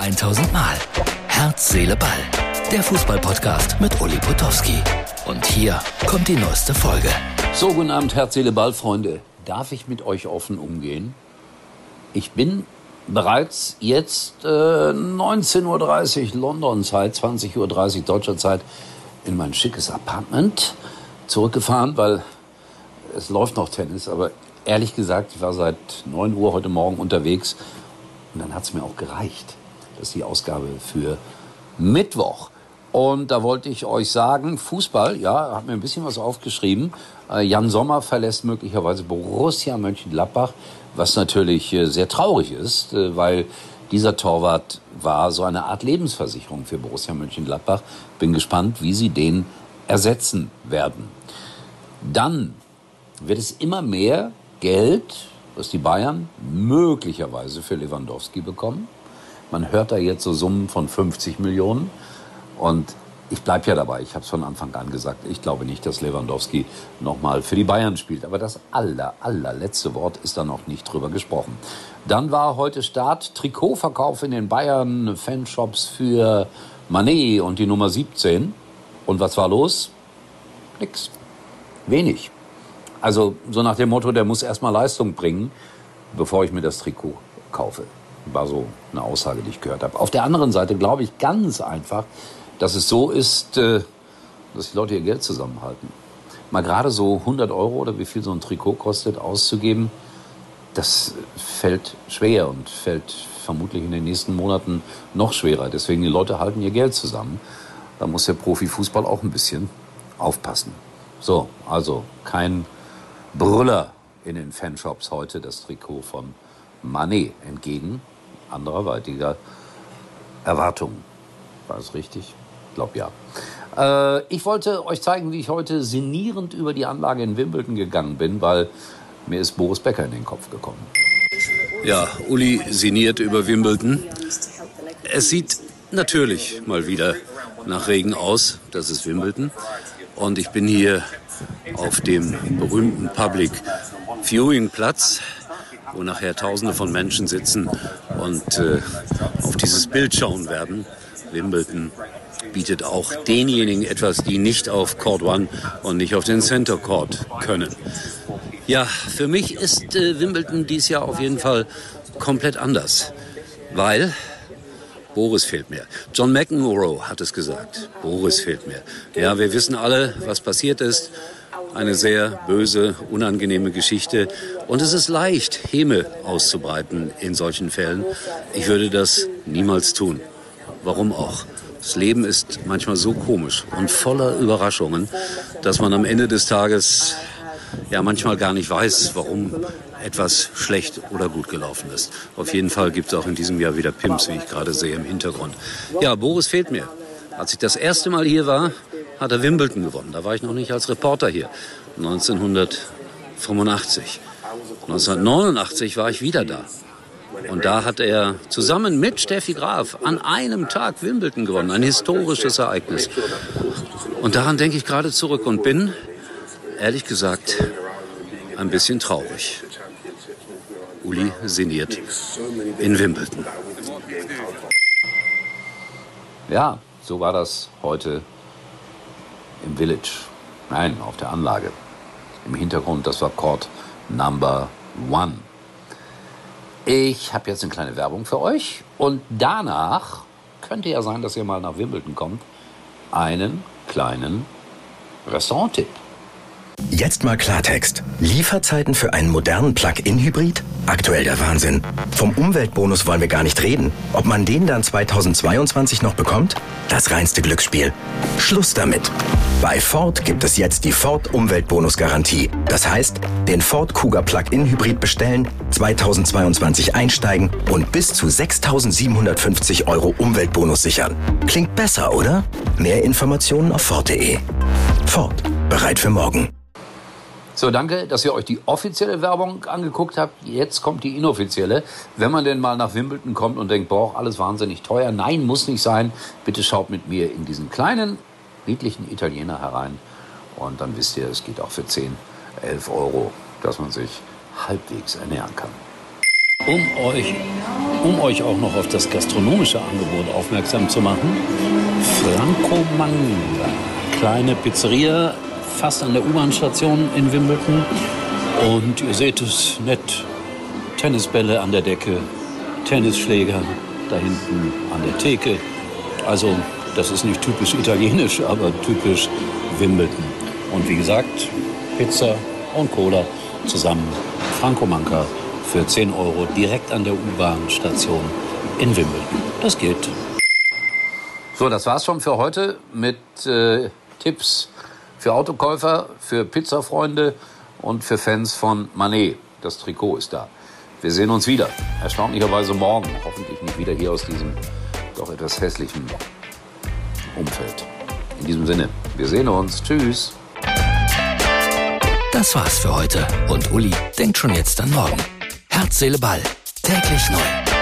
1000 Mal. Herz, Seele, Ball. Der Fußball-Podcast mit Uli Potowski. Und hier kommt die neueste Folge. So, guten Abend, Herz, Seele, Ball, Freunde. Darf ich mit euch offen umgehen? Ich bin bereits jetzt 19.30 Uhr London-Zeit, 20.30 Uhr deutscher Zeit in mein schickes Apartment zurückgefahren, weil es läuft noch Tennis. Aber ehrlich gesagt, ich war seit 9 Uhr heute Morgen unterwegs und dann hat es mir auch gereicht. Das ist die Ausgabe für Mittwoch. Und da wollte ich euch sagen, Fußball, ja, habe mir ein bisschen was aufgeschrieben. Jan Sommer verlässt möglicherweise Borussia Mönchengladbach, was natürlich sehr traurig ist, weil dieser Torwart war so eine Art Lebensversicherung für Borussia Mönchengladbach. Bin gespannt, wie sie den ersetzen werden. Dann wird es immer mehr Geld, was die Bayern möglicherweise für Lewandowski bekommen. Man hört da jetzt so Summen von 50 Millionen. Und ich bleibe ja dabei, ich habe es von Anfang an gesagt, ich glaube nicht, dass Lewandowski nochmal für die Bayern spielt. Aber das allerletzte Wort ist da noch nicht drüber gesprochen. Dann war heute Start Trikotverkauf in den Bayern-Fanshops für Mané und die Nummer 17. Und was war los? Nix. Wenig. Also so nach dem Motto, der muss erstmal Leistung bringen, bevor ich mir das Trikot kaufe. War so eine Aussage, die ich gehört habe. Auf der anderen Seite glaube ich ganz einfach, dass es so ist, dass die Leute ihr Geld zusammenhalten. Mal gerade so 100 Euro oder wie viel so ein Trikot kostet, auszugeben, das fällt schwer und fällt vermutlich in den nächsten Monaten noch schwerer. Deswegen, die Leute halten ihr Geld zusammen. Da muss der Profifußball auch ein bisschen aufpassen. So, also kein Brüller in den Fanshops heute, das Trikot von Mané entgegen anderweitiger Erwartungen. War es richtig? Ich glaube ja. Ich wollte euch zeigen, wie ich heute sinnierend über die Anlage in Wimbledon gegangen bin, weil mir ist Boris Becker in den Kopf gekommen. Ja, Uli sinniert über Wimbledon. Es sieht natürlich mal wieder nach Regen aus. Das ist Wimbledon. Und ich bin hier auf dem berühmten Public Viewing Platz, wo nachher Tausende von Menschen sitzen und auf dieses Bild schauen werden. Wimbledon bietet auch denjenigen etwas, die nicht auf Court One und nicht auf den Center Court können. Ja, für mich ist Wimbledon dieses Jahr auf jeden Fall komplett anders, weil Boris fehlt mir. John McEnroe hat es gesagt. Boris fehlt mir. Ja, wir wissen alle, was passiert ist. Eine sehr böse, unangenehme Geschichte. Und es ist leicht, Häme auszubreiten in solchen Fällen. Ich würde das niemals tun. Warum auch? Das Leben ist manchmal so komisch und voller Überraschungen, dass man am Ende des Tages ja manchmal gar nicht weiß, warum etwas schlecht oder gut gelaufen ist. Auf jeden Fall gibt es auch in diesem Jahr wieder Pimps, wie ich gerade sehe im Hintergrund. Ja, Boris fehlt mir. Als ich das erste Mal hier war, hat er Wimbledon gewonnen. Da war ich noch nicht als Reporter hier. 1985. 1989 war ich wieder da. Und da hat er zusammen mit Steffi Graf an einem Tag Wimbledon gewonnen. Ein historisches Ereignis. Und daran denke ich gerade zurück und bin, ehrlich gesagt, ein bisschen traurig. Uli sinniert in Wimbledon. Ja, so war das heute im Village. Nein, auf der Anlage. Im Hintergrund, das war Court Number 1. Ich habe jetzt eine kleine Werbung für euch. Und danach könnte ja sein, dass ihr mal nach Wimbledon kommt. Einen kleinen Restaurant-Tipp. Jetzt mal Klartext. Lieferzeiten für einen modernen Plug-in-Hybrid? Aktuell der Wahnsinn. Vom Umweltbonus wollen wir gar nicht reden. Ob man den dann 2022 noch bekommt? Das reinste Glücksspiel. Schluss damit. Bei Ford gibt es jetzt die Ford Umweltbonus-Garantie. Das heißt, den Ford Kuga Plug-in Hybrid bestellen, 2022 einsteigen und bis zu 6.750 € Umweltbonus sichern. Klingt besser, oder? Mehr Informationen auf Ford.de. Ford. Bereit für morgen. So, danke, dass ihr euch die offizielle Werbung angeguckt habt. Jetzt kommt die inoffizielle. Wenn man denn mal nach Wimbledon kommt und denkt, boah, alles wahnsinnig teuer. Nein, muss nicht sein. Bitte schaut mit mir in diesen kleinen, niedlichen Italiener herein. Und dann wisst ihr, es geht auch für 10, 11 €, dass man sich halbwegs ernähren kann. Um euch auch noch auf das gastronomische Angebot aufmerksam zu machen, Franco Manga, kleine Pizzeria, fast an der U-Bahn-Station in Wimbledon. Und ihr seht es nett, Tennisbälle an der Decke, Tennisschläger da hinten an der Theke. Also das ist nicht typisch italienisch, aber typisch Wimbledon. Und wie gesagt, Pizza und Cola zusammen, Franco Manga für 10 € direkt an der U-Bahn-Station in Wimbledon. Das geht. So, das war's schon für heute mit Tipps für Autokäufer, für Pizzafreunde und für Fans von Mané. Das Trikot ist da. Wir sehen uns wieder. Erstaunlicherweise morgen. Hoffentlich nicht wieder hier aus diesem doch etwas hässlichen Umfeld. In diesem Sinne, wir sehen uns. Tschüss. Das war's für heute. Und Uli denkt schon jetzt an morgen. Herz, Seele, Ball. Täglich neu.